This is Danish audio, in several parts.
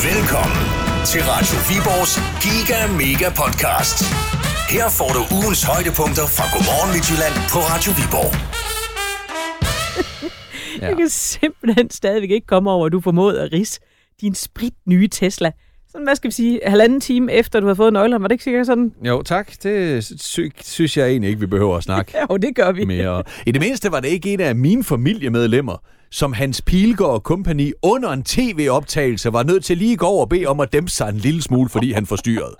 Velkommen til Radio Viborgs Giga Mega Podcast. Her får du ugens højdepunkter fra Godmorgen Midtjylland på Radio Viborg. Jeg kan simpelthen stadigvæk ikke komme over, at du formåede at ridse din spritnye Tesla. Sådan, hvad skal vi sige, 1,5 time efter du har fået nøglerne. Var det ikke sikkert sådan? Jo, tak. Det synes jeg egentlig ikke, vi behøver at snakke Jo, det gør vi. mere. I det mindste var det ikke en af mine familiemedlemmer, som Hans Pilgaard og kompagni under en tv-optagelse var nødt til lige at gå over og bede om at dæmpe sig en lille smule, fordi han forstyrrede.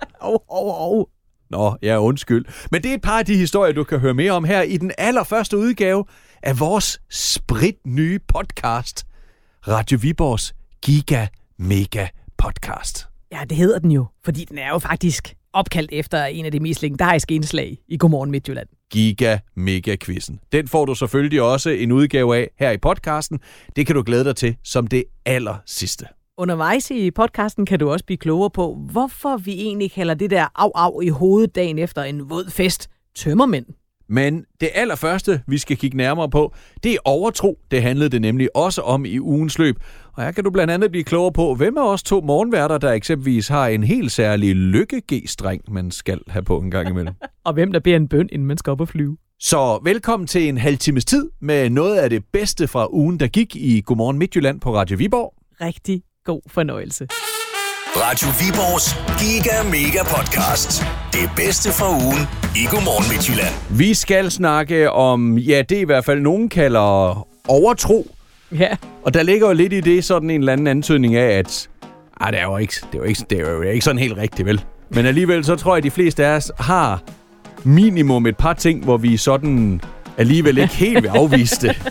Nå, ja, undskyld. Men det er et par af de historier, du kan høre mere om her i den allerførste udgave af vores spritnye podcast, Radio Viborgs Giga Mega Podcast. Ja, det hedder den jo, fordi den er jo faktisk opkaldt efter en af de mest legendariske indslag i Godmorgen Midtjylland. Giga Mega Quizzen. Den får du selvfølgelig også en udgave af her i podcasten. Det kan du glæde dig til som det aller sidste. Undervejs i podcasten kan du også blive klogere på, hvorfor vi egentlig kalder det der au i hovedet dagen efter en våd fest tømmermænd. Men det allerførste, vi skal kigge nærmere på, det er overtro. Det handlede det nemlig også om i ugens løb. Og her kan du blandt andet blive klogere på, hvem af os 2 morgenværter, der eksempelvis har en helt særlig lykke-G-streng, man skal have på en gang imellem. Og hvem der beder en bøn, inden man skal op og flyve. Så velkommen til en halv times tid med noget af det bedste fra ugen, der gik i Godmorgen Midtjylland på Radio Viborg. Rigtig god fornøjelse. Radio Viborgs Giga Mega Podcast. Det bedste fra ugen i Godmorgen Midtjylland. Vi skal snakke om, ja, det er i hvert fald nogen kalder overtro. Ja. Og der ligger jo lidt i det sådan en eller anden antydning af, at det er jo ikke sådan helt rigtigt, vel? Men alligevel så tror jeg, at de fleste af os har minimum et par ting, hvor vi sådan alligevel ikke helt vil afvise det.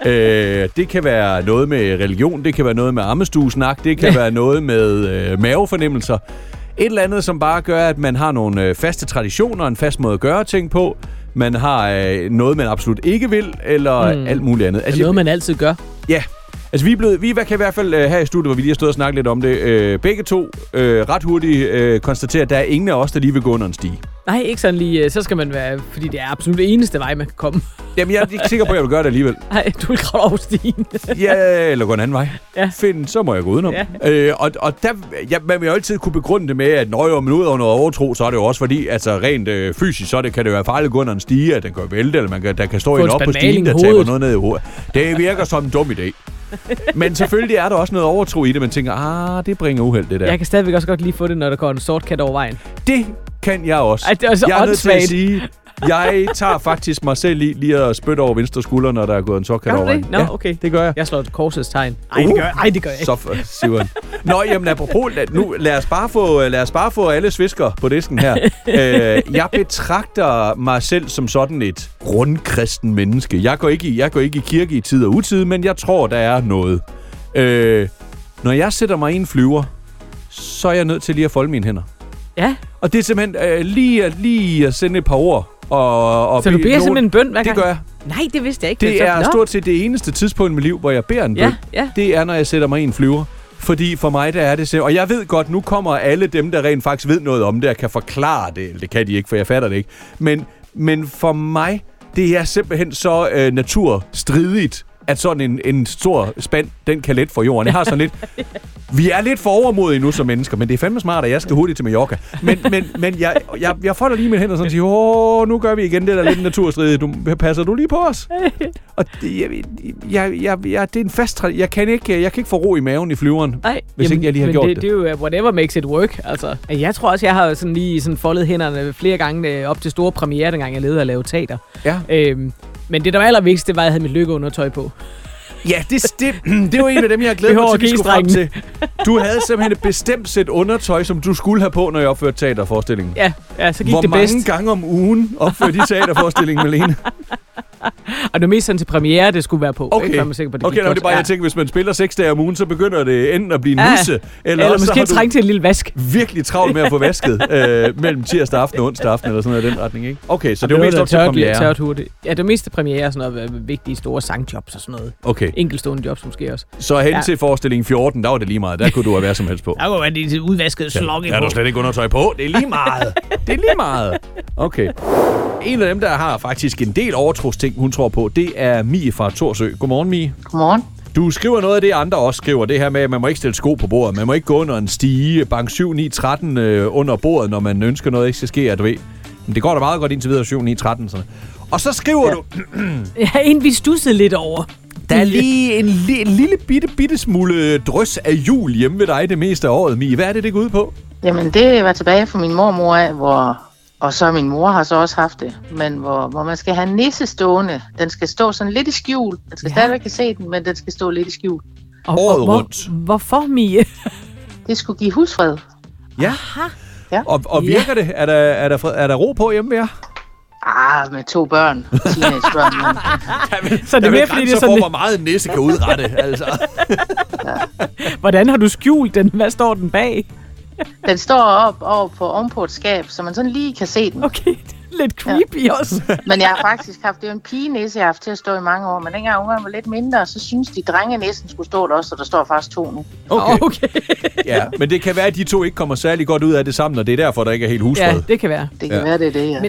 Det kan være noget med religion, det kan være noget med ammestuesnak, det kan være noget med mavefornemmelser. Et eller andet, som bare gør, at man har nogle faste traditioner, en fast måde at gøre ting på. Man har noget, man absolut ikke vil, eller alt muligt andet. Altså, noget, man altid gør. Ja. Altså, vi kan i hvert fald her i studiet, hvor vi lige har stået og snakket lidt om det, begge to ret hurtigt konstatere, at der er ingen af os, der lige vil gå under en stige. Nej, ikke sådan lige. Så skal man være, fordi det er absolut det eneste vej, man kan komme. Jamen, jeg er ikke sikker på, at jeg vil gøre det alligevel. Nej, du vil kravle over stigen. Ja, eller gå en anden vej. Ja. Find, så må jeg gå udenom. Ja. Og der, man vil jo altid kunne begrunde det med, at når jeg ud over noget overtro, så er det jo også fordi, altså rent fysisk, så kan det være farligt at gå under en stige, at den kan vælte, eller der kan stå en op på stigen, der taber noget ned i hovedet. Det virker som en dum idé. Men selvfølgelig er der også noget overtro i det, man tænker, det bringer uheld, det der. Jeg kan stadigvæk også godt lige få det, når der går en sort kat over vejen. Det kan jeg også. Det er så jeg er nødt til at sige, jeg tager faktisk mig selv lige at spytte over venstre skulder, når der er gået en sort kat over vejen. Nå, okay. Det gør jeg. Jeg slår et korsets tegn. Ej, det gør jeg ikke. Så Siveren. Nå, jamen apropos, nu lad os bare få alle svisker på disken her. Jeg betragter mig selv som sådan et grundkristen menneske. Jeg går ikke i kirke i tid og utid, men jeg tror, der er noget. Når jeg sætter mig i en flyver, så er jeg nødt til lige at folde mine hænder. Ja. Og det er simpelthen lige at sende et par ord. Og så du beder simpelthen en bøn hver gang? Det gør jeg. Nej, det vidste jeg ikke. Det er stort set det eneste tidspunkt i mit liv, hvor jeg beder en bøn. Ja. Det er, når jeg sætter mig i en flyver. Fordi for mig, der er det og jeg ved godt, nu kommer alle dem, der rent faktisk ved noget om det, og kan forklare det. Det kan de ikke, for jeg fatter det ikke. Men for mig, det er simpelthen så naturstridigt, at sådan en stor spand, den kan let for jorden. Jeg har sådan lidt... Vi er lidt for overmodige nu som mennesker, men det er fandme smart, at jeg skal hurtigt til Mallorca. Men jeg folder lige mine hænder sådan og siger, nu gør vi igen det der lidt naturstridigt. Passer du lige på os? Og det er en fast tradition. Jeg kan ikke få ro i maven i flyveren, hvis ikke jeg lige har gjort det. Det er jo whatever makes it work. Altså, jeg tror også, jeg har sådan lige foldet hænderne flere gange op til store premiere, dengang jeg ledte at lave teater. Ja. Men det, der var allervigtigst, det var, at jeg havde mit lykkeundertøj på. Ja, det var en af dem, jeg glæder mig til, vi skulle frem til. Du havde simpelthen et bestemt sæt undertøj, som du skulle have på, når jeg opførte teaterforestillingen. Ja, så gik det bedst. Hvor mange gange om ugen opførte de teaterforestillingen, Malene? Og det er mest sådan til premiere, det skulle være på. Okay, ikke? Det er bare, jeg tænker, hvis man spiller 6 dage om ugen, så begynder det enten at blive en musse, eller måske trænge til en lille vask. Virkelig travlt med at få vasket mellem tirsdag aften og onsdag aften, eller sådan noget i den retning, ikke? Okay, så det er jo mest op til premiere. Ja, det er mest til premiere, sådan noget vigtige store sangjobs og sådan noget. Okay. Enkeltstående jobs måske også. Så hen til forestillingen 14, der var det lige meget. Der kunne du have hvad som helst på. Der kunne være det udvaskede slogge på. Der er du slet ikke undertøj på. Det er lige meget. Det er lige meget. Okay. En af dem, der har faktisk en del overtrosting, hun tror på, det er Mie fra Thorsø. Godmorgen, Mie. Godmorgen. Du skriver noget af det, andre også skriver. Det her med, at man må ikke stille sko på bordet. Man må ikke gå under en stige, bank 7, 9, 13 under bordet, når man ønsker noget ikke skal ske, at du ved. Men det går da meget godt indtil videre 7, 9, 13. Sådan. Og så skriver du... Ja, en vi stussede lidt over. Der er lige en lille bitte smule drøs af jul hjemme ved dig det meste af året, Mie. Hvad er det går ud på? Jamen, det var tilbage fra min mormor af, og så min mor har så også haft det, men hvor man skal have en nisse stående. Den skal stå sådan lidt i skjul. Den skal stadigvæk kan se den, men den skal stå lidt i skjul. Året rundt. Hvorfor, Mie? Det skulle give husfred. Ja. Ja. Og virker det? Er der ro på hjemme ved jer? Med 2 børn. Teenagebørn. Så det er mere, fordi det er sådan... hvor meget en nisse kan udrette, altså. Hvordan har du skjult den? Hvad står den bag? Den står ovenpå et skab, så man sådan lige kan se den. Okay, lidt creepy også. Men jeg har faktisk haft, det er jo en pigenisse, jeg har haft til at stå i mange år, men dengang ungerne var lidt mindre, så synes de drengenissen skulle stå der også, så der står faktisk 2 nu. Okay. Ja, men det kan være, at de 2 ikke kommer særlig godt ud af det sammen, og det er derfor, der ikke er helt husfred. Ja, det kan være. Det kan være, det er det, ja. Men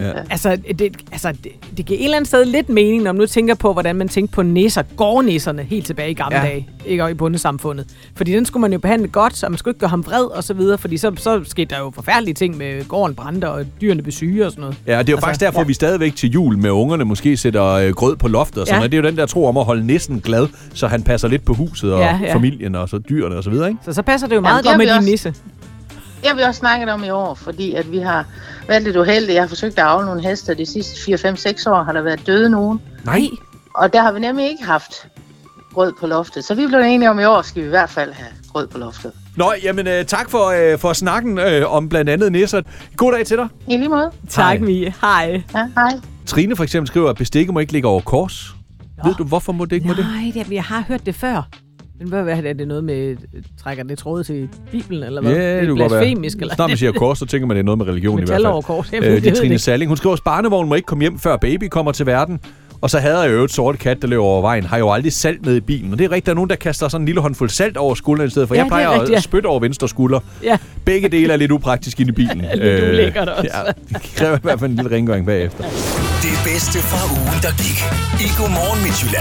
det giver et eller andet sted lidt mening, når man nu tænker på, hvordan man tænker på nisser, gårdnisserne, helt tilbage i gamle dage, ikke og i bondesamfundet. Fordi den skulle man jo behandle godt, så man skulle ikke gøre ham vred og så videre, fordi så skete der jo forfærdelige ting med gården brændte og dyrene blev syge og sådan noget. Ja, det er jo faktisk derfor, vi stadigvæk til jul med ungerne måske sætter grød på loftet og sådan noget. Det er jo den der tro om at holde nissen glad, så han passer lidt på huset og familien og så dyrene og så videre, ikke? Så passer det jo meget godt med din nisse. Det har vi også snakket om i år, fordi at vi har været lidt uheldige. Jeg har forsøgt at avle nogle heste, de sidste 4, 5, 6 år har der været døde nogen. Nej. Og der har vi nemlig ikke haft grød på loftet. Så vi blev enige om i år, skal vi i hvert fald have grød på loftet. Nå, jamen tak for snakken om blandt andet nisser. God dag til dig. I lige måde. Tak, Mie. Hej. Ja, hej. Trine for eksempel skriver, at bestikket må ikke ligge over kors. Ved du, hvorfor må det ikke må det? Nej, jeg har hørt det før. Men hvad er det noget med, trækker det tråde til Bibelen, eller hvad? Ja, det er blasfemisk, eller? Snart man siger kors, så tænker man, det er noget med religion i hvert fald. Metal over kors, det er Trine Salling. Hun skriver, at barnevognen må ikke komme hjem, før baby kommer til verden. Og så hader jeg jo et sorte kat, der løber over vejen. Har jo aldrig salt med i bilen. Og det er rigtigt, der er nogen, der kaster sådan en lille håndfuld salt over skulderen i stedet for. Jeg plejer at spytte over venstre skulder. Ja. Begge dele er lidt upraktisk inde i bilen. Lidt ulækkert også. Ja, det kræver i hvert fald en lille rengøring bagefter. Det bedste fra ugen, der gik. I Godmorgen Midtjylland.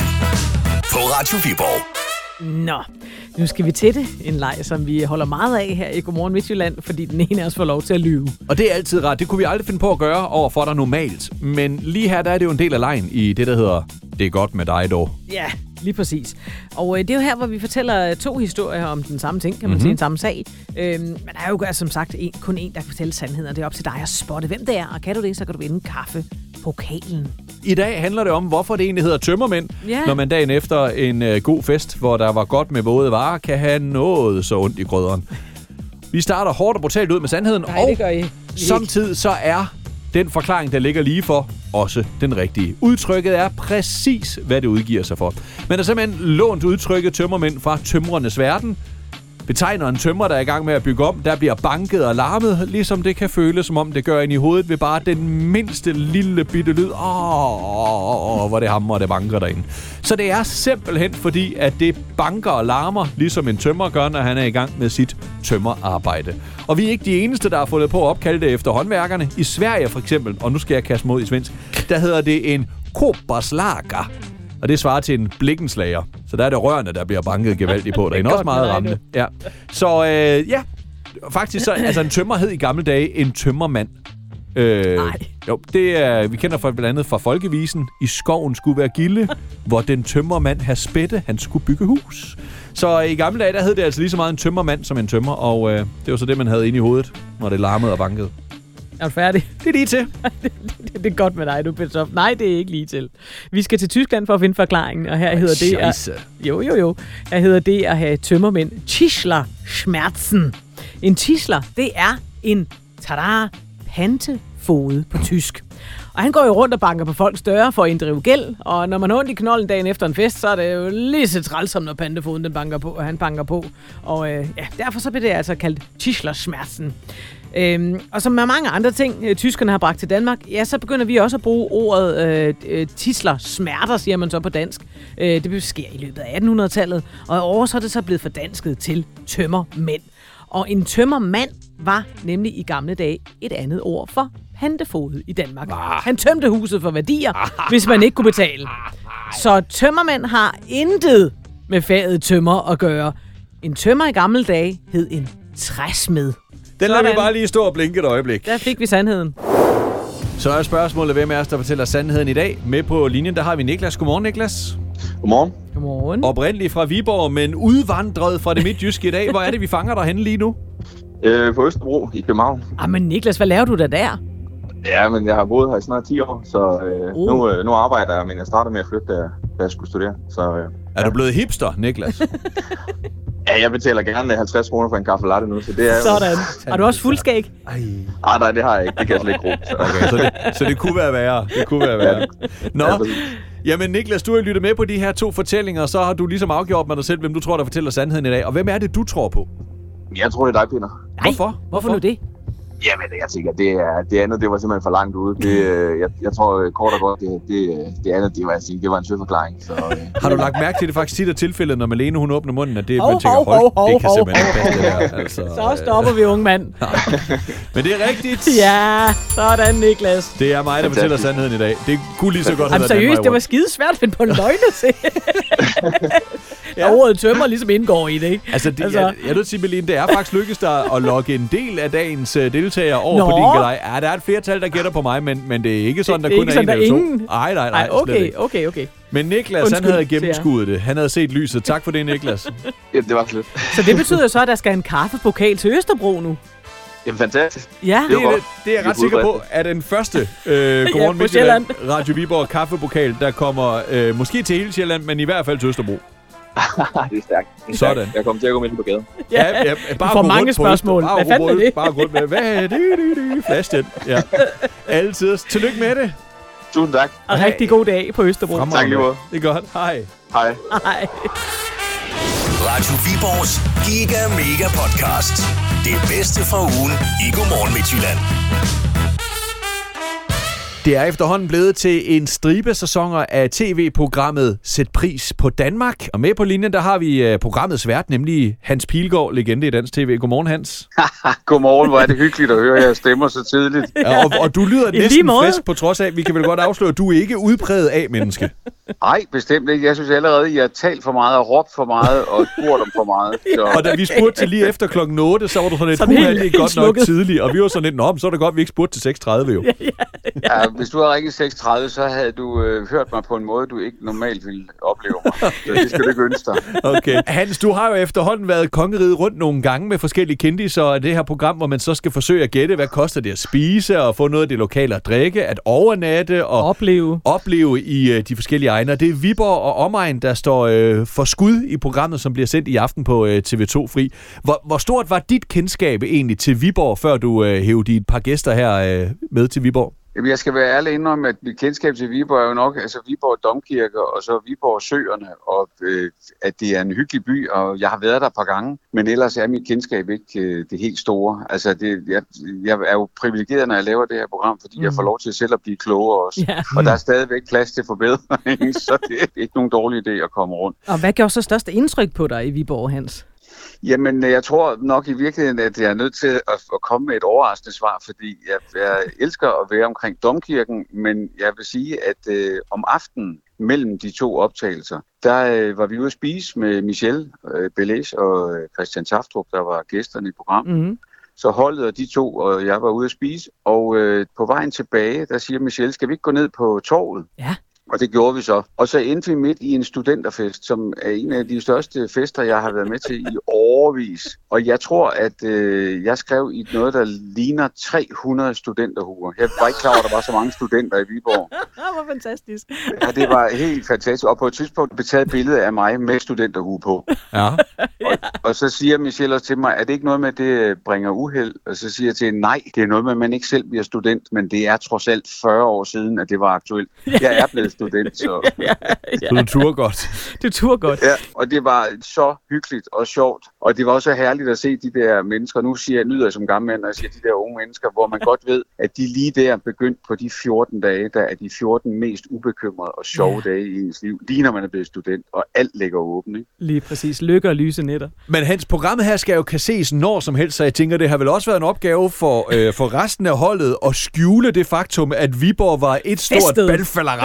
På Radio Viborg. Nå, nu skal vi til det. En leg, som vi holder meget af her i Godmorgen Midtjylland, fordi den ene af os får lov til at lyve. Og det er altid rart. Det kunne vi aldrig finde på at gøre over for dig normalt. Men lige her, der er det jo en del af lejen i det, der hedder Det er godt med dig dog. Ja, lige præcis. Og det er jo her, hvor vi fortæller 2 historier om den samme ting, kan man sige, en samme sag. Men der er jo som sagt kun en, der kan fortælle sandheden, og det er op til dig at spotte, hvem det er. Og kan du det, så kan du vinde kaffepokalen. I dag handler det om, hvorfor det egentlig hedder tømmermænd, når man dagen efter en god fest, hvor der var godt med våde varer, kan have noget så ondt i grøderen. Vi starter hårdt og brutalt ud med sandheden, det gør I samtidig så er den forklaring, der ligger lige for, også den rigtige. Udtrykket er præcis, hvad det udgiver sig for. Man har simpelthen lånt udtrykket tømmermænd fra tømrernes verden, betegner en tømrer, der er i gang med at bygge om, der bliver banket og larmet, ligesom det kan føles, som om det gør ind i hovedet ved bare den mindste lille bitte lyd. Hvor det hammer og det banker derinde. Så det er simpelthen fordi, at det banker og larmer, ligesom en tømrer gør, når han er i gang med sit tømmerarbejde. Og vi er ikke de eneste, der har fundet på at opkalde det efter håndværkerne. I Sverige for eksempel, og nu skal jeg kaste mod i svensk, der hedder det en koperslager. Og det svarer til en blikkenslager. Så der er det rørene, der bliver banket gevaldigt på. Der er også meget rammende. Ja. Så faktisk så, altså en tømmer hed i gamle dage en tømmermand. Jo, det er, vi kender blandt andet fra folkevisen. I skoven skulle være gilde, hvor den tømmermand havde spætte, han skulle bygge hus. Så i gamle dage, der hed det altså lige så meget en tømmermand som en tømmer. Og det var så det, man havde inde i hovedet, når det larmede og bankede. Er du færdig? Det er lige til. Det er godt med dig, du Peter. Nej, det er ikke lige til. Vi skal til Tyskland for at finde forklaringen, og her hedder det Her hedder det at have tømmermænd Tischlerschmerzen. En Tischler, det er en pantefoged på tysk. Og han går jo rundt og banker på folks døre for at inddrive gæld, og når man har ondt i knolden dagen efter en fest, så er det jo lige så trælsomt, når pantefoden den banker på, og han banker på. Og derfor så bliver det altså kaldt Tischlerschmerzen. Og som med mange andre ting, tyskerne har bragt til Danmark, ja, så begynder vi også at bruge ordet Tischler-smerter, siger man så på dansk. Det sker i løbet af 1800-tallet, og over så er det så blevet fordansket til tømmermænd. Og en tømmermand var nemlig i gamle dage et andet ord for pantefoged i Danmark. Han tømte huset for værdier, hvis man ikke kunne betale. Så tømmermænd har intet med faget tømmer at gøre. En tømmer i gamle dage hed en træsmed. Den lader vi bare lige stå og blinke et øjeblik. Der fik vi sandheden. Så er spørgsmålet, hvem af os, der fortæller sandheden i dag. Med på linjen, der har vi Niklas. Godmorgen, Niklas. Godmorgen. Godmorgen. Oprindeligt fra Viborg, men udvandret fra det midtjyske i dag. Hvor er det, vi fanger dig henne lige nu? På Østerbro i København. Men Niklas, hvad laver du der? Ja, men jeg har boet her i snart 10 år, så nu arbejder jeg, men jeg starter med at flytte, da jeg skulle studere. Så, er du blevet hipster, Niklas? Ja, jeg betaler gerne 50 kroner for en kaffe latte nu, så det er... Sådan. Har du også fuldskæg? Nej, det har jeg ikke. Det kan jeg slet ikke bruge. Okay, så det kunne være værre. Det kunne være værre. Nå, jamen Niklas, du har lyttet med på de her 2 fortællinger, og så har du ligesom afgjort med dig selv, hvem du tror, der fortæller sandheden i dag. Og hvem er det, du tror på? Jeg tror, det er dig, Peter. Hvorfor nu det? Jamen, jeg tænker, det andet, det var simpelthen for langt ude. Jeg tror kort og godt, det andet, det var en søforklaring. Så, har du lagt mærke til, det faktisk tit er tilfældet, når Malene hun åbner munden, at det man tænker, det kan simpelthen ikke passe det der. Altså, så stopper vi, unge mand. Men det er rigtigt. Ja, sådan Niklas. Det er mig, der fortæller sandheden i dag. Det kunne lige så godt have været seriøst, det var skidesvært at finde på en løgn at se. Ja. Ordet tømmer ligesom indgår i det, ikke? Altså, jeg vil sige, Malene, det er faktisk lykkedes dig at logge en del af dagens deltagere over på din galej. Ja, der er et flertal, der gætter på mig, men det er ikke sådan, der kun er en eller 2. Nej, okay. Men Niklas, han havde gennemskuet det. Han havde set lyset. Tak for det, Niklas. Ja, det var slet. Så det betyder så, at der skal en kaffepokal til Østerbro nu? Jamen, fantastisk. Ja. Det er jeg ret sikker på, at den første Godmorgen Midtjylland Radio Viborg kaffepokal, der kommer måske til hele Sjælland, men i hvert fald til Østerbro. Det er stærkt. Sådan. Jeg kommer til at gå med den på gaden. Ja, bare for mange spørgsmål. Hvad fanden er det? Bare gå med. Hvad er det? Flash den. Ja. Altid. Tillykke med det. Tusind tak. Og rigtig god dag på Østerbro. Tak lige måde. Det er godt. Hej. Hej. Radio Viborgs Giga Mega Podcast. Det bedste fra ugen i Godmorgen Midtjylland. Det er efterhånden blevet til en stribe sæsoner af tv-programmet Sæt pris på Danmark. Og med på linjen, der har vi programmets vært, nemlig Hans Pilgaard, legende i dansk tv. Godmorgen, Hans. Godmorgen, hvor er det hyggeligt at høre jer stemmer så tidligt. Ja, og du lyder næsten frisk på trods af, vi kan vel godt afsløre, at du ikke er udpræget af menneske. Nej, bestemt ikke. Jeg synes allerede, I har talt for meget og råbt for meget og spurgt om for meget. Så. Og da vi spurgte til lige efter 8:00, så var du sådan lidt godt nok tidligt. Og vi var sådan lidt, så er det godt, vi ikke spurgte til 6:30 jo. Ja, hvis du havde ringet 6:30, så havde du hørt mig på en måde, du ikke normalt ville opleve mig. Så det skal du ikke ønske dig. Okay. Hans, du har jo efterhånden været kongeriget rundt nogle gange med forskellige kendisser, og det her program, hvor man så skal forsøge at gætte, hvad koster det at spise, og få noget af det lokale at drikke, at overnatte og opleve i de forskellige egner. Det er Viborg og omegn, der står for skud i programmet, som bliver sendt i aften på TV2 Fri. Hvor stort var dit kendskab egentlig til Viborg, før du hævde et par gæster her med til Viborg? Jamen, jeg skal være ærlig indrømme, at mit kendskab til Viborg er jo nok Viborg Domkirke og så Viborg Søerne, og at det er en hyggelig by, og jeg har været der et par gange, men ellers er mit kendskab ikke det helt store. Altså, jeg er jo privilegeret, når jeg laver det her program, fordi jeg får lov til selv at blive klogere også. Yeah. Og der er stadigvæk plads til forbedring, så det er ikke nogen dårlig idé at komme rundt. Og hvad gjorde så største indtryk på dig i Viborg, Hans? Jamen, jeg tror nok i virkeligheden, at jeg er nødt til at komme med et overraskende svar, fordi jeg elsker at være omkring Domkirken, men jeg vil sige, at om aftenen mellem de 2 optagelser, der var vi ude at spise med Michelle Bellage og Christian Taftrup, der var gæsterne i programmet. Mm-hmm. Så holdet og de 2, og jeg var ude at spise, og på vejen tilbage, der siger Michelle, skal vi ikke gå ned på torvet? Ja. Og det gjorde vi så. Og så endte vi midt i en studenterfest, som er en af de største fester, jeg har været med til i årevis. Og jeg tror, at jeg skrev i noget, der ligner 300 studenterhuer. Jeg var ikke klar over, at der var så mange studenter i Viborg. Det var fantastisk. Ja, det var helt fantastisk. Og på et tidspunkt blev taget et billede af mig med studenterhue på. Ja. Og så siger Michelle også til mig, at det ikke noget med, at det bringer uheld. Og så siger jeg til hende, nej, det er noget med, at man ikke selv bliver student, men det er trods alt 40 år siden, at det var aktuelt. Jeg er blevet student, så... Så du turer godt. Du turer godt. Ja, og det var så hyggeligt og sjovt. Og det var også herligt at se de der mennesker. Nu nyder jeg som gammel mand, og jeg siger de der unge mennesker, hvor man godt ved, at de lige der begyndt på de 14 dage, der er de 14 mest ubekymrede og sjove dage i ens liv. Lige når man er blevet student, og alt ligger åbent, ikke? Lige præcis. Lykke og lyse nætter. Men Hans, programmet her skal jo kan ses når som helst, så jeg tænker, det har vel også været en opgave for resten af holdet at skjule det faktum, at Viborg var et stort balfalderi i den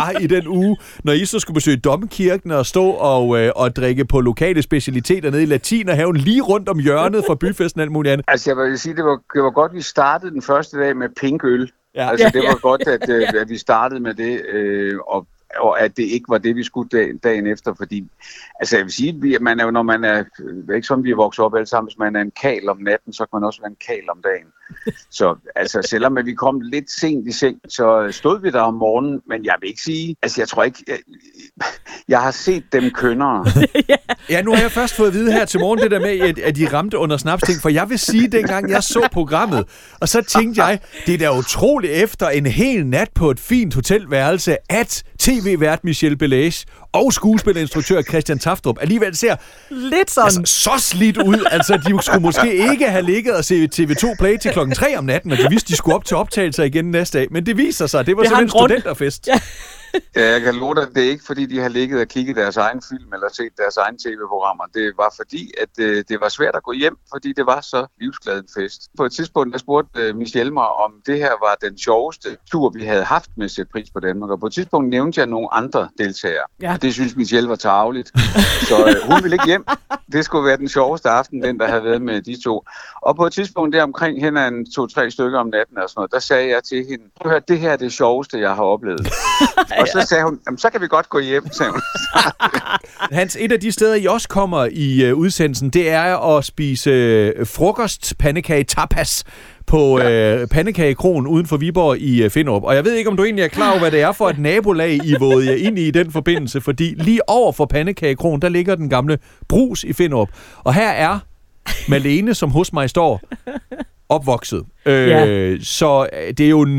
den uge, når I så skulle besøge Domkirken og stå og drikke på lokale specialiteter nede i Latinerhaven, lige rundt om hjørnet fra byfesten og alt muligt andet? Altså, jeg vil sige, det var godt, vi startede den første dag med pink øl. Ja. Altså, det var godt, at vi startede med det, og at det ikke var det, vi skulle dagen efter, fordi, altså jeg vil sige, at man er jo, når man er, ikke som vi er vokset op alle sammen, hvis man er en kal om natten, så kan man også være en kal om dagen. Så altså, selvom vi kom lidt sent i seng, så stod vi der om morgenen, men jeg vil ikke sige, altså jeg tror ikke, jeg har set dem kønnere. Ja, nu har jeg først fået at vide her til morgen det der med, at de ramte under snapsting, for jeg vil sige, dengang jeg så programmet, og så tænkte jeg, det er da utroligt efter en hel nat på et fint hotelværelse, at tv-vært Michelle Bellage og skuespillerinstruktør Christian Tafdrup alligevel ser lidt sådan. Altså, så slidt ud. Altså, de skulle måske ikke have ligget og se TV2 Play til 3 om natten, og de vidste, de skulle op til optagelser igen næste dag. Men det viser sig, det var sådan en studenterfest. Ja. Ja, jeg kan love dig, det er ikke fordi, de har ligget og kigget deres egen film eller set deres egen tv-programmer. Det var fordi, at det var svært at gå hjem, fordi det var så livsglad en fest. På et tidspunkt, der spurgte Michelle mig, om det her var den sjoveste tur, vi havde haft med Sæt Pris på Danmark. Og på et tidspunkt nævnte jeg nogle andre deltagere. Ja. Og det synes Michelle var tarveligt. Så hun ville ikke hjem. Det skulle være den sjoveste aften, den der havde været med de to. Og på et tidspunkt der omkring hen ad 2-3 stykker om natten og sådan noget, der sagde jeg til hende, prøv at høre, det her er det sjoveste, jeg har oplevet. Og så sagde hun, så kan vi godt gå hjem, sagde hun. Hans, et af de steder, I også kommer i udsendelsen, det er at spise frokostpandekage tapas på Pandekagekroen uden for Viborg i Finderup. Og jeg ved ikke, om du egentlig er klar over, hvad det er for et nabolag, I vågede jer ind i den forbindelse, fordi lige over for Pandekagekroen, der ligger den gamle Brus i Finderup. Og her er Malene, som hos mig står, opvokset. Så det er jo...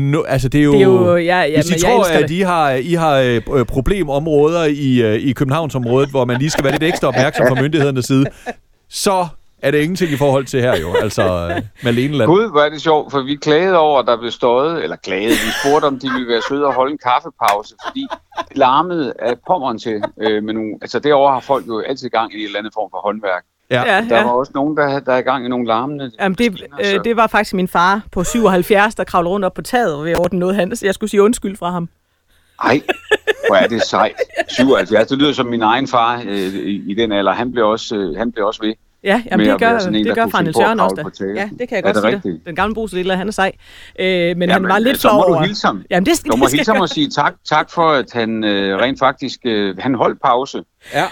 hvis I tror, at I har problemområder i Københavnsområdet, hvor man lige skal være lidt ekstra opmærksom fra myndighedernes side, så er det ingenting i forhold til her jo. Altså, Maleneland. Gud, hvor er det sjovt, for vi klagede over, at der blev støjet, vi spurgte, om de ville være søde og holde en kaffepause, fordi det larmede af Pommern til med nogle... Altså derovre har folk jo altid gang i et eller andet form for håndværk. Ja. Der var også nogen, der er i gang i nogle larmende... Jamen, det var faktisk min far på 77, der kravlede rundt op på taget ved at ordne noget. Jeg skulle sige undskyld fra ham. Ej, hvor er det sejt. 77, det lyder som min egen far i den alder. Han blev også ved. Ja, jamen det gør fra Niels Jørgen også. Ja, det kan jeg godt sige. Rigtigt? Den gamle brugsdiller, han er sej. Men han var lidt flov over... Så må du hilse ham. Jamen, du må hilse ham og sige tak for, at han rent faktisk... han holdt pause. Ja.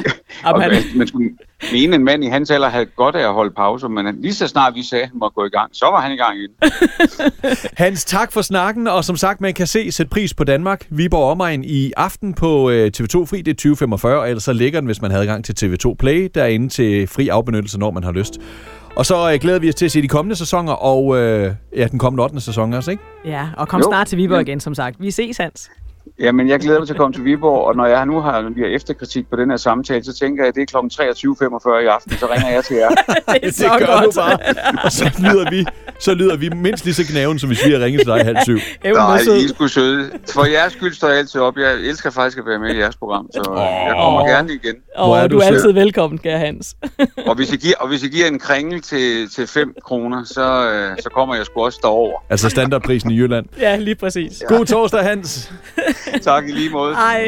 Man skulle mene, en mand i hans alder havde godt af at holde pause, men lige så snart vi sagde, at han måtte gå i gang, så var han i gang igen. Hans, tak for snakken, og som sagt, man kan Sæt Pris på Danmark, Viborg Omegn i aften på TV2 Fri, det er 20:45, og ellers så ligger den, hvis man havde gang til TV2 Play, derinde til fri afbenyttelse, når man har lyst. Og så glæder vi os til at se de kommende sæsoner, og den kommende 8. sæson også, ikke? Ja, og kom snart til Viborg igen, som sagt. Vi ses, Hans. Jamen, jeg glæder mig til at komme til Viborg, og når jeg nu har efterkritik på den her samtale, så tænker jeg, at det er kl. 23:45 i aften, så ringer jeg til jer. Det gør du bare. Og så lyder vi mindst lige så gnaven, som hvis vi har ringet til dig 6:30. Nej, I er sgu søde. For jeres skyld står jeg altid op. Jeg elsker faktisk at være med i jeres program, så jeg kommer gerne igen. Du er altid velkommen, kære Hans. og hvis I giver en kringle til 5 kroner, så kommer jeg sgu også derover. Altså standardprisen i Jylland. Ja, lige præcis. Ja. God torsdag, Hans. Tak i lige måde. Hej.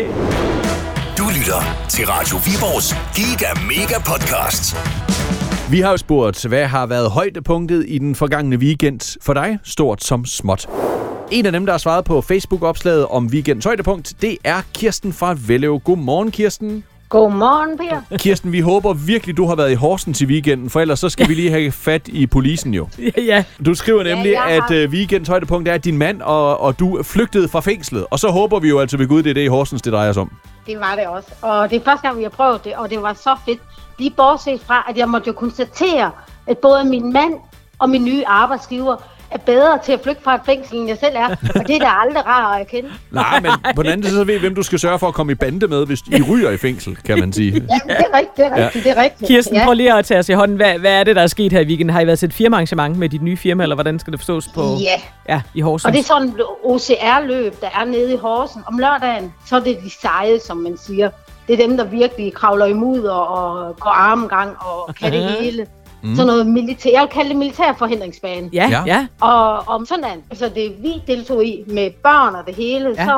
Du lytter til Radio Viborgs Giga Mega Podcast. Vi har jo spurgt, hvad har været højdepunktet i den forgangne weekend for dig, stort som småt? En af dem, der har svaret på Facebook-opslaget om weekendens højdepunkt, det er Kirsten fra Vellev. Godmorgen, Kirsten. Godmorgen, Per. Kirsten, vi håber virkelig, du har været i Horsens i weekenden, for ellers så skal vi lige have fat i policen jo. Ja. Du skriver nemlig, at weekendens højdepunkt er, at din mand og du flygtede fra fængslet. Og så håber vi jo altså ved Gud, det er det i Horsens, det drejer sig om. Det var det også. Og det er første gang, vi har prøvet det, og det var så fedt. Lige bortset fra, at jeg måtte jo konstatere, at både min mand og min nye arbejdsgiver er bedre til at flygte fra et fængsel, end jeg selv er. Og det er da aldrig rart at erkende. Nej, men på den anden side, så ved hvem du skal sørge for at komme i bande med, hvis I ryger i fængsel, kan man sige. Ja, det er rigtigt. Kirsten, prøv lige at tage os i hånden. Hvad er det, der er sket her i weekenden? Har I været til et firmaarrangement med dit nye firma, eller hvordan skal det forstås på? Ja, i Horsens. Og det er sådan et OCR-løb, der er nede i Horsens. Om lørdagen, så er det de seje, som man siger. Det er dem, der virkelig kravler imod og går armgang og kan det hele. Sådan noget militær. Jeg vil kalde det militær forhindringsbane. Ja. Og om sådan, altså det vi deltog i med børn og det hele, så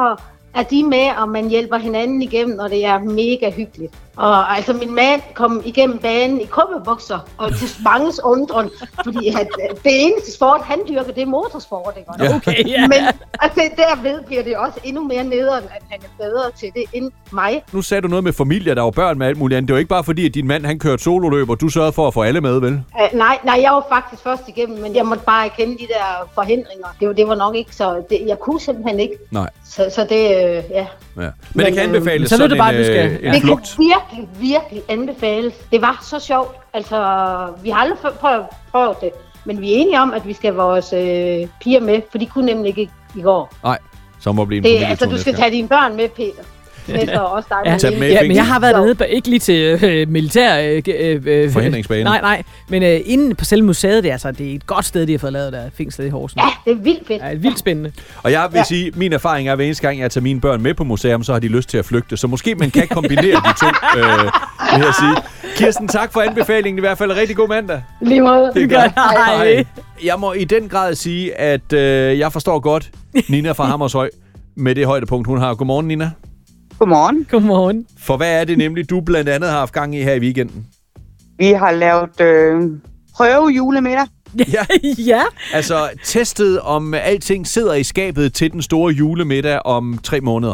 er de med, og man hjælper hinanden igennem, og det er mega hyggeligt. Og altså, min mand kom igennem banen i kuppebukser, og til manges undren, fordi det eneste sport, han dyrker, det er motorsport, ikke? Ja. Okay, ja. Men altså, derved bliver det også endnu mere nederen, at han er bedre til det end mig. Nu sagde du noget med familie, der var børn med alt muligt andet. Det var ikke bare fordi, at din mand han kørte sololøb, og du sørgede for at få alle med, vel? Nej, jeg var faktisk først igennem, men jeg måtte bare erkende de der forhindringer. Det var nok ikke så... jeg kunne simpelthen ikke. Nej. Så det, ja. Men det kan anbefales så sådan det bare, en, du skal, en det flugt. kan virkelig anbefales. Det var så sjovt. Altså, vi har aldrig prøvet det. Men vi er enige om, at vi skal have vores piger med, for de kunne nemlig ikke i går. Nej, så må blive en det, altså, du skal tage dine børn med, Peter. Det er også dig. Ja, men jeg har været dernede, ikke lige til militær... forhindringsbane. Nej, men inde på selve museet, det er et godt sted, de har fået lavet der fængslet i Horsens. Ja, det er vildt fedt. Ja, vildt spændende. Og jeg vil sige, min erfaring er, at hver eneste gang, jeg tager mine børn med på museum, så har de lyst til at flygte. Så måske man kan kombinere de to, vil jeg sige. Kirsten, tak for anbefalingen. I hvert fald en rigtig god mandag. Lige måde. Det er godt. Hej. Jeg må i den grad sige, at jeg forstår godt Nina fra Hammershøj med det højdepunkt, hun har. Godmorgen, Nina. Godmorgen. For hvad er det nemlig, du blandt andet har haft gang i her i weekenden? Vi har lavet prøvejulemiddag. Ja. Altså testet, om alting sidder i skabet til den store julemiddag om 3 måneder.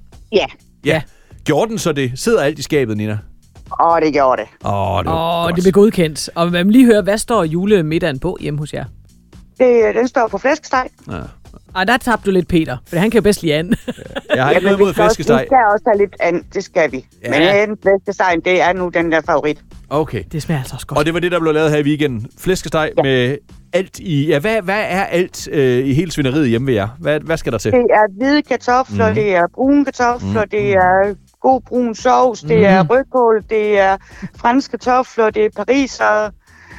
Ja. Gjorde den så det? Sidder alt i skabet, Nina? Det gjorde det. Det blev godkendt. Og man lige høre, hvad står julemiddagen på hjemme hos jer? Den står på flæskesteg. Ja. Og der tabte du lidt Peter, for han kan jo bedst lide and. Jeg har ikke noget imod flæskesteg. Vi skal også have lidt and, det skal vi. Ja. Men flæskestegen, det er nu den der favorit. Okay. Det smager altså også godt. Og det var det, der blev lavet her i weekenden. Flæskesteg med alt i... Ja, hvad er alt i hele svineriet hjemme ved jer? Hvad skal der til? Det er hvide kartofler, det er brune kartofler, det er god brun sovs, det er rødkål, det er franske kartofler, det er pariser,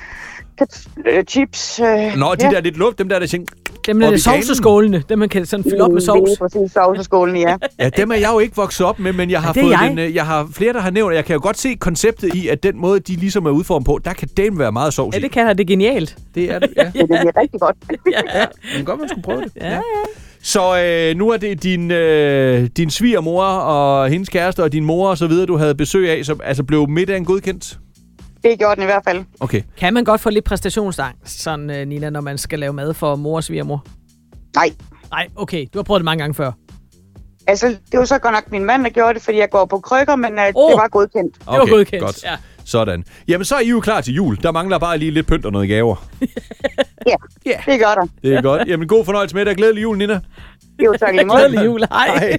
chips. Nå, de der lidt luft, dem der ting... Dem der sovseskålene, dem man kan sådan fylde op med sovs. Det er præcis sovseskålene, ja. Ja, dem er jeg jo ikke vokset op med, men jeg har jeg har flere, der har nævnt, og jeg kan jo godt se konceptet i, at den måde, de ligesom er udformet på, der kan dem være meget sovs i. Ja, det kan det er genialt. Det er det, ja. Det er rigtig godt. Ja, men godt, man skulle prøve det. Ja. Så nu er det din svigermor og hendes kæreste og din mor og så videre, du havde besøg af, så altså blev middagen godkendt? Det gjorde den i hvert fald. Okay. Kan man godt få lidt præstationsangst, sådan, Nina, når man skal lave mad for mor og svigermor? Nej, okay. Du har prøvet det mange gange før. Altså, det var så godt nok min mand, der gjorde det, fordi jeg går på krykker, men det var godkendt. Okay, det var godkendt, godt. ja. Sådan. Jamen, så er I jo klar til jul. Der mangler bare lige lidt pynt og noget gaver. Ja, det gør der. Det er godt. Jamen, god fornøjelse med dig. Glædelig jul, Nina. Jo, tak lige måde. Glædelig jul. Hej.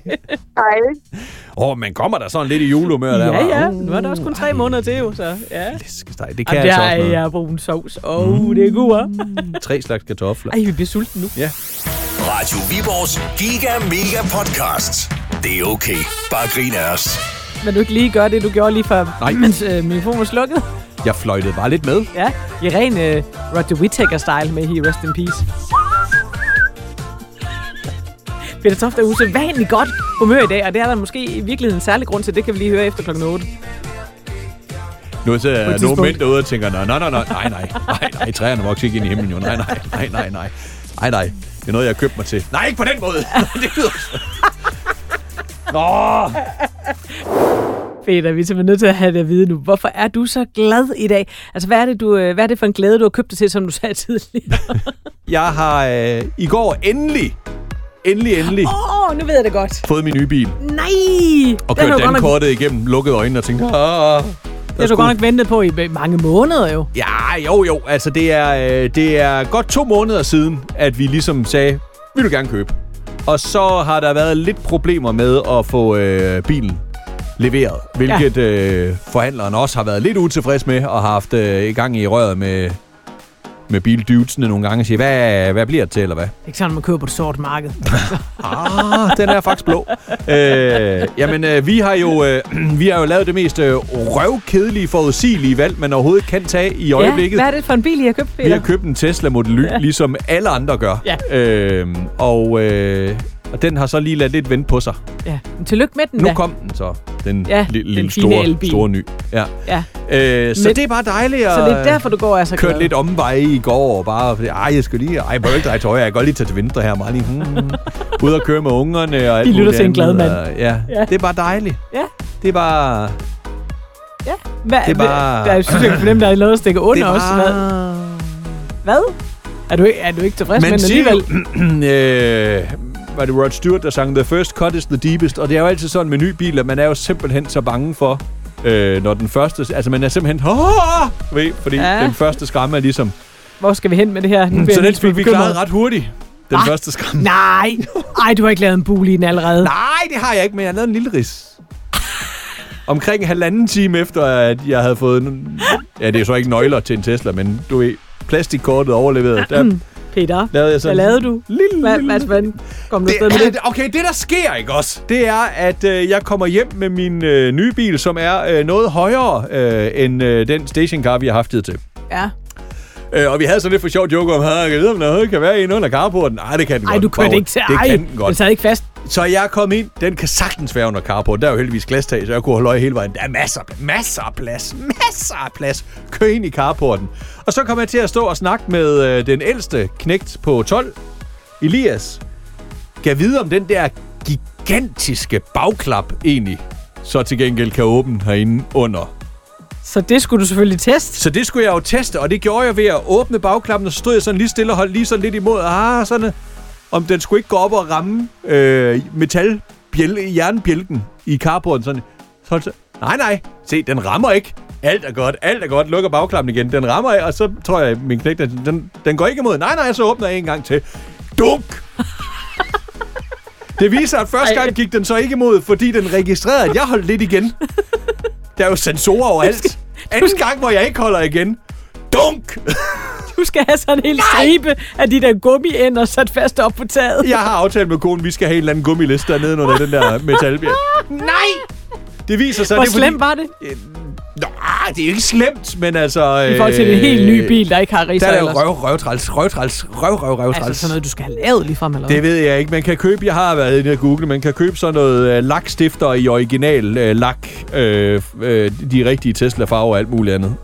Hej. Men kommer der sådan lidt i julehumør der? Ja. Nu er der også kun 3 måneder til, jo, så ja. Flæskesteg, det kan altså også noget. Der er brun sovs. Det er god, 3 slags kartofler. Ej, vi bliver sulten nu. Ja. Radio Viborgs Giga Mega Podcast. Det er okay. Bare grin af os. Men du ikke lige gøre det, du gjorde lige før, mens mikrofonen var slukket? Jeg fløjtede bare lidt med. Ja, i ren Roger Whittaker-style med He Rest in Peace. Peter Toft er usædvanligt godt humør i dag, og det er der måske i virkeligheden en særlig grund til. Det kan vi lige høre efter klokken 8. Nu er der nogle mænd derude og tænker, nej, træerne vokser ikke ind i himlen jo. Nej. Det er noget, jeg har købt mig til. Nej, ikke på den måde. Det lyder Nå! Peter, vi er simpelthen nødt til at have det at vide nu. Hvorfor er du så glad i dag? Altså, hvad er det for en glæde, du har købt det til, som du sagde tidligere? Jeg har i går endelig, nu ved jeg det godt. fået min nye bil. Nej! Og kørt dankortet igennem, lukkede øjnene og tænkte, det har du godt nok ventet på i mange måneder jo. Ja, jo. Altså, det er godt 2 måneder siden, at vi ligesom sagde, vil du gerne købe. Og så har der været lidt problemer med at få bilen leveret, hvilket forhandleren også har været lidt utilfreds med, og har haft i gang i røret med bildudesene nogle gange og siger, hvad bliver det til, eller hvad? Det er ikke sådan, man køber på det sorte marked. Den er faktisk blå. Vi har jo lavet det mest røvkedelige, forudsigelige valg, man overhovedet kan tage i øjeblikket. Hvad er det for en bil, I har købt, Peter? Vi har købt en Tesla Model Y, ligesom alle andre gør. Ja. Og den har så lige ladet lidt vente på sig. Ja, men tillykke med den nu kom den så. Den lille fine store ny. Ja. Så det er bare dejligt at... Så det er derfor, du går altså kørt lidt omveje i går, og bare... jeg skal lige... jeg må ikke dreje tøj, jeg kan godt lige tage til venstre her, meget lige... Ude og køre med ungerne og alt muligt. De lytter til en glad mand. Ja, det er bare dejligt. Ja. Det er bare... Ja. Det er bare... Jeg synes, jeg kan fornemme, der er noget at stikke under også. Hvad? Er du ikke tilfreds med den alligevel? Var det Rod Stewart, der sang The First Cut is the Deepest, og det er jo altid sådan med ny bil, at man er jo simpelthen så bange for, når den første... Altså, man er simpelthen... fordi den første skræmme er ligesom... Hvor skal vi hen med det her? Så den fik vi klaret ret hurtigt, den første skræmme. Nej! Ej, du har ikke lavet en bule i den allerede. Nej, det har jeg ikke, men jeg har lavet en lille ris. Omkring 1,5 time efter, at jeg havde fået... Ja, det er så ikke nøgler til en Tesla, men du ved, plastikkortet overleveret. Peter, hvad lavede du? Hvad kom du afsted med det? Okay, det der sker, ikke også? Det er, at jeg kommer hjem med min nye bil, som er noget højere end den stationcar, vi har haft tid til. Ja. Og vi havde sådan lidt for sjovt joke om, jeg ved, om der kan være en under carporten. Nej, det kan den godt. Nej, du kørte ikke til. Det kan den godt. Den sad ikke fast. Så jeg er kommet ind. Den kan sagtens være under carporten. Der er jo heldigvis glastag, så jeg kunne holde øje hele vejen. Der er masser af plads. Kør ind i carporten. Og så kommer jeg til at stå og snakke med den ældste knægt på 12, Elias. Kan vide, om den der gigantiske bagklap egentlig så til gengæld kan åbne herinde under. Så det skulle du selvfølgelig teste? Så det skulle jeg jo teste, og det gjorde jeg ved at åbne bagklappen, og så stod jeg sådan lige stille og holdt lige sådan lidt imod. Sådan, om den skulle ikke gå op og ramme jernbjælken i carporten. Sådan. Nej. Se, den rammer ikke. Alt er godt. Lukker bagklappen igen. Den rammer ikke, og så tror jeg, min knægt, den går ikke imod. Nej, så åbner jeg en gang til. Dunk! Det viser, at første gang gik den så ikke imod, fordi den registrerede, at jeg holdt lidt igen. Der er jo sensorer overalt. Anden gang, hvor jeg ikke holder igen. Dunk! Du skal have sådan en hel stribe af de der gummiender sat fast op på taget. Jeg har aftalt med konen, vi skal have en eller anden gummiliste dernede under den der metalbjælk. Nej! Det viser sig... Hvor slemt var det? Det er jo ikke slemt, men altså... I forhold til en helt ny bil, der ikke har ridser ellers. Der er jo røvtræls. Altså sådan noget, du skal have lavet lige frem, eller det ved jeg ikke. Man kan købe, jeg har været inde og google, man kan købe sådan noget lakstifter i original lak. De rigtige Tesla-farver og alt muligt andet.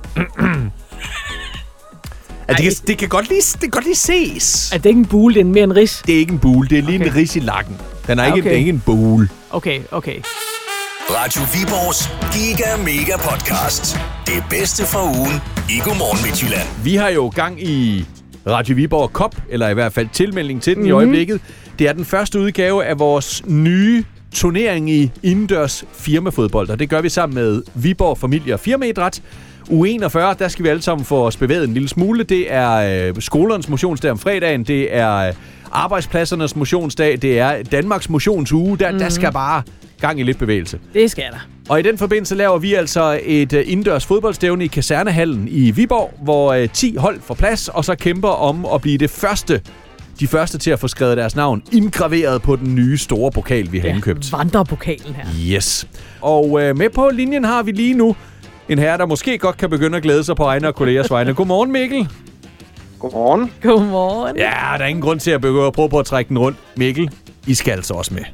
Det kan godt lige ses. Er det ikke en bule, det er mere en ris? Det er ikke en bule, det er lige en ris i lakken. Den er ikke en bule. Okay. Radio Viborgs Giga Mega Podcast. Det bedste fra ugen i Godmorgen Midtjylland. Vi har jo gang i Radio Viborg Cup, eller i hvert fald tilmelding til den i øjeblikket. Det er den første udgave af vores nye turnering i indendørs firmafodbold, og det gør vi sammen med Viborg Familie og Firmaidræt. U41, der skal vi alle sammen få os bevæget en lille smule. Det er skolernes motionsdag om fredagen, det er arbejdspladsernes motionsdag, det er Danmarks motionsuge. Der skal bare gang i lidt bevægelse. Det skal der. Og i den forbindelse laver vi altså et indendørs fodboldstævne i Kasernehallen i Viborg, hvor 10 hold får plads, og så kæmper om at blive de første til at få skrevet deres navn indgraveret på den nye store pokal, vi har indkøbt. Vandrepokalen her. Yes. Og med på linjen har vi lige nu en herre, der måske godt kan begynde at glæde sig på egne og kollegers vegne. Godmorgen, Mikkel. Godmorgen. Ja, der er ingen grund til at prøve på at trække den rundt. Mikkel, I skal altså også med.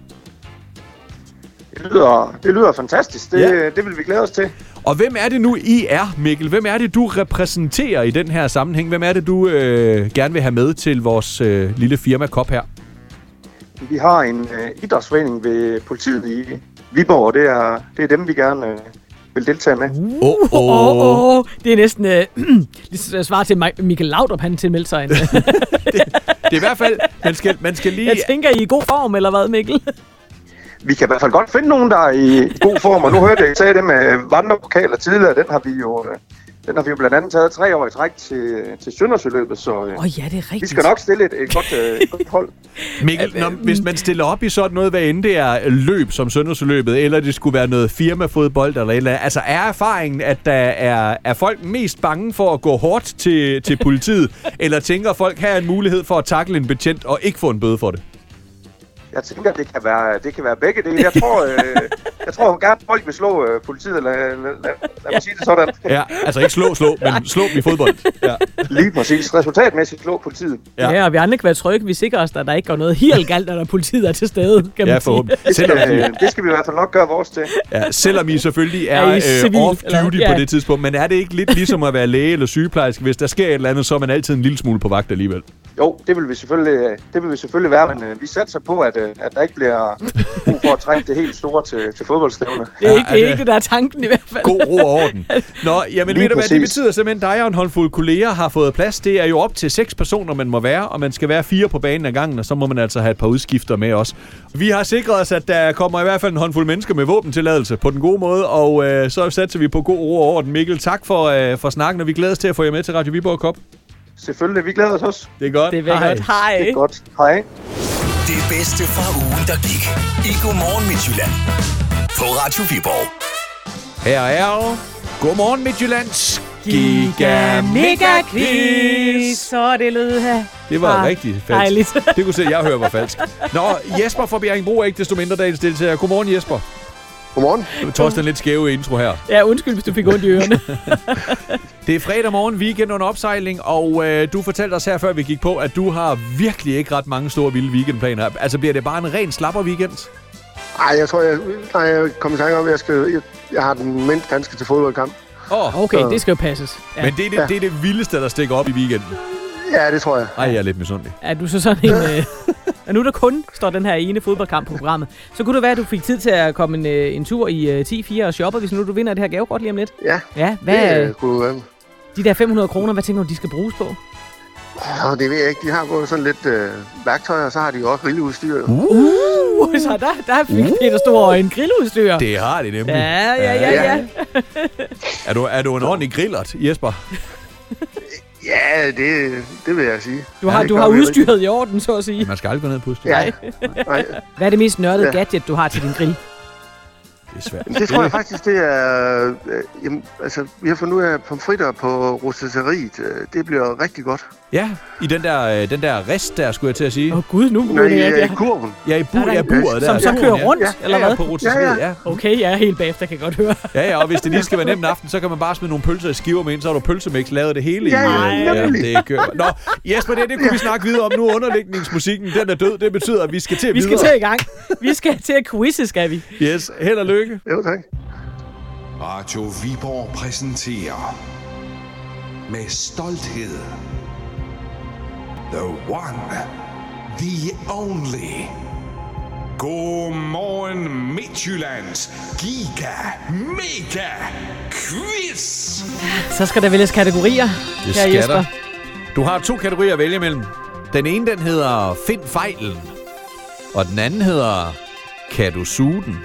Det lyder fantastisk. Det vil vi glæde os til. Og hvem er det nu, I er, Mikkel? Hvem er det, du repræsenterer i den her sammenhæng? Hvem er det, du gerne vil have med til vores lille firma-kop her? Vi har en idrætsforening ved politiet i Viborg, og det er dem, vi gerne vil deltage med. Det er næsten svar til Michael Laudrup, han tilmeldte sig. Det er i hvert fald, man skal lige... Jeg tænker, I er i god form, eller hvad, Mikkel? Vi kan i hvert fald godt finde nogen, der er i god form, og nu hørte jeg sige det med vandrepokaler tidligere. Den har vi jo blandt andet taget 3 år i træk til Søndersøløbet, så ja, det er rigtigt. Vi skal nok stille et godt hold. Mikkel, hvis man stiller op i sådan noget, hvad end det er løb som Søndersøløbet, eller det skulle være noget firmafodbold eller et eller andet, altså er erfaringen, at der er folk mest bange for at gå hårdt til politiet, eller tænker folk, her er en mulighed for at tackle en betjent og ikke få en bøde for det? Jeg tænker, det kan være begge dele. Jeg tror gerne, folk vil slå politiet. Lad mig sige det sådan. Ja, altså ikke slå, men slå dem i fodbold. Ja. Lige præcis. Resultatmæssigt slå politiet. Ja, og vi andre kan være trygge. Vi sikrer os, at der ikke går noget helt galt, når politiet er til stede, kan man sige. Det skal vi i hvert fald nok gøre vores til. Ja, selvom I selvfølgelig er off-duty på det tidspunkt. Men er det ikke lidt ligesom at være læge eller sygeplejerske? Hvis der sker et eller andet, så er man altid en lille smule på vagt alligevel. Jo, det vil vi selvfølgelig være, men vi satser på, at der ikke bliver brug for at trække det helt store til fodboldstævne. Det er ikke det, der er tanken i hvert fald. God ro og orden. Nå, jamen ved du hvad, det betyder simpelthen, at dig og en håndfuld kolleger har fået plads. Det er jo op til 6 personer, man må være, og man skal være 4 på banen ad gangen, og så må man altså have et par udskifter med os. Vi har sikret os, at der kommer i hvert fald en håndfuld mennesker med våbentilladelse på den gode måde, og så satser vi på god ro og orden. Mikkel, tak for snakken, og vi glæder os til at få jer med til Radio Viborg Cup. Selvfølgelig, vi glæder os også. Det er godt. Det er godt. Hej. Det er godt. Hej. Det bedste fra ugen, der gik i Godmorgen Midtjylland på Radio Viborg. Her er Godmorgen Midtjyllands Giga Mega Quiz. Så det lød her. Det var rigtig falsk. Det kunne se, jeg hører var falsk. Nå, Jesper fra Bjerringbro er ikke desto mindre dagens deltager. Godmorgen, Jesper. Godmorgen. Det var en lidt skæve intro her. Ja, undskyld, hvis du fik ondt i ørerne. Det er fredag morgen, weekend under opsejling, og du fortalte os her, før vi gik på, at du har virkelig ikke ret mange store, vilde weekendplaner. Altså, bliver det bare en ren slapper weekend? Nej, jeg tror, jeg kommer i tanke om, at jeg har den mindst danske til fodboldkamp. Okay, det skal jo passes. Ja. Men det er det vildeste, der stikker op i weekenden? Ja, det tror jeg. Ej, jeg er lidt misundelig. Er du så sådan en... Og nu der kun står den her ene fodboldkamp på programmet, så kunne det være, at du fik tid til at komme en tur i 10-4 og shoppe, hvis nu du vinder det her gavekort lige om lidt. Ja, hvad, kunne være. De der 500 kroner, hvad tænker du, de skal bruges på? Det ved jeg ikke. De har gået sådan lidt værktøj, og så har de også grilludstyr. Så der fik Peter Stor en grilludstyr. Det har de nemlig. Ja. Er du en ordentlig grillert, Jesper? Ja, det vil jeg sige. Du har udstyret i orden, så at sige. Man skal aldrig gå ned på udstyr. Nej. Hvad er det mest nørdede gadget, du har til din grill? Det er svært. Det tror jeg faktisk, det er... vi har fundet ud af pomfritter på rotisserie. Det bliver rigtig godt. Ja, i den der rest der, skulle jeg til at sige. Gud, nu begynder jeg. I kurven. Ja, i buret der. Som så kører rundt, eller hvad? Ja, på rotisserie, ja. Okay, jeg er helt bagefter, kan jeg godt høre. Ja, og hvis det lige skal være nemt en aften, så kan man bare smide nogle pølser i skiver med ind, så har du pølsemix lavet det hele i. Det er kørt. Nå, Jesper, det kunne vi snakke videre om nu. Underlægningsmusikken, den er død. Det betyder, at vi skal til videre. Vi skal til i gang. Vi skal til at quizze, skal vi. Yes, held og lykke. Jo, tak. Radio Viborg præsenterer med stolthed The One, The Only. Godmorgen Midtjyllands Giga Mega Quiz. Så skal der vælges kategorier. Det skal Jesper. Der. Du har 2 kategorier at vælge mellem. Den ene, den hedder Find fejlen. Og den anden hedder Kan du suge den?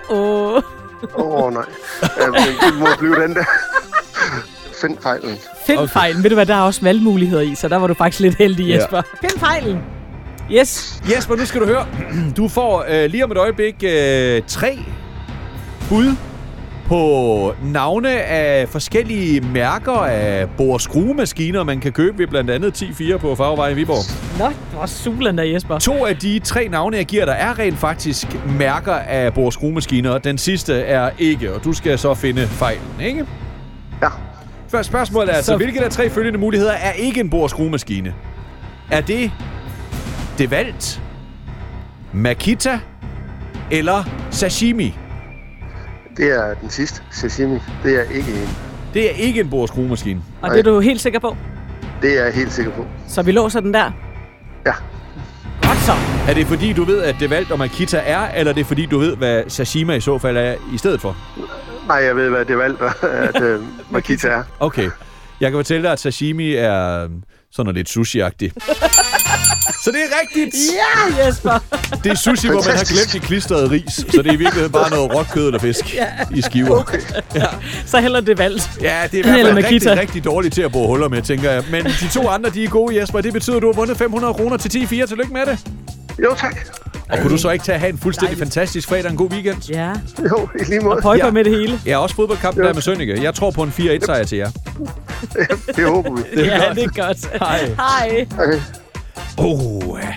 Nej. Det må blive den der. Find fejlen. Find fejlen. Ved du hvad, der er også valgmuligheder i, så der var du faktisk lidt heldig, Jesper. Ja. Find fejlen. Yes. Jesper, nu skal du høre. Du får lige om et øjeblik 3 bud på navne af forskellige mærker af bore- og skruemaskiner, man kan købe ved blandt andet 10-4 på Farvevej i Viborg. Nå, hvor sulen der, Jesper. 2 af de 3 navne, jeg giver dig, er rent faktisk mærker af bore- og skruemaskiner. Den sidste er ikke, og du skal så finde fejlen, ikke? Ja. Første spørgsmål er altså, hvilke af 3 følgende muligheder er ikke en bore- og skruemaskine? Er det DeWalt, Makita eller sashimi? Det er den sidste, sashimi. Det er ikke en. Det er ikke en bore- og skruemaskine. Og det er du helt sikker på? Det er jeg helt sikker på. Så vi låser den der? Ja. Godt så. Er det fordi, du ved, at DeWalt og Makita er, eller er det fordi, du ved, hvad sashimi i så fald er i stedet for? Nej, jeg ved, hvad DeWalt og Makita er. Okay. Jeg kan fortælle dig, at sashimi er sådan noget lidt sushi-agtigt. Så det er rigtigt! Ja, Jesper! Det er sushi, hvor man har glemt de klistrede ris, så det er i virkeligheden bare noget råt kød eller fisk i skiver. Okay. Ja. Så heller DeWalt. Ja, det er i hvert fald rigtig, rigtig dårligt til at bore huller med, tænker jeg. Men de 2 andre, de er gode, Jesper. Det betyder, at du har vundet 500 kroner til 10-4. Tillykke med det. Jo, tak. Og kunne du så ikke tage at have en fuldstændig fantastisk fredag og en god weekend? Ja. Jo, i lige måde. Og pøjper med det hele. Ja, også fodboldkampen der med Sønneke. Jeg tror på en 4-1-sejr til jer. Det håber vi. Det er godt. Hej. Hej. Okay.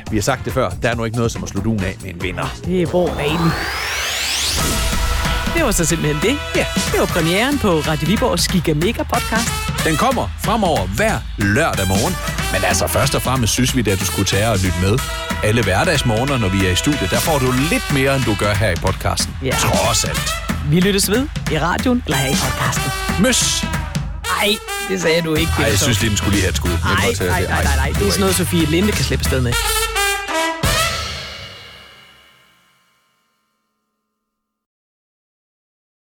vi har sagt det før, der er nu ikke noget som at slå duen af med en vinder. Det er Borg. Det var så simpelthen det. Ja. Det var premieren på Radio Viborgs Giga Mega podcast. Den kommer fremover hver lørdag morgen. Men altså først og fremmest synes vi, at du skulle tage og lytte med. Alle hverdagsmorgener, når vi er i studiet, der får du lidt mere, end du gør her i podcasten. Ja. Trods alt. Vi lyttes ved i radioen eller her i podcasten. Møs! Ej, det sagde du ikke. Ej, jeg synes lige, den skulle lige have et skud. Nej. Det er sådan noget, Sofie Linde kan slippe afsted med.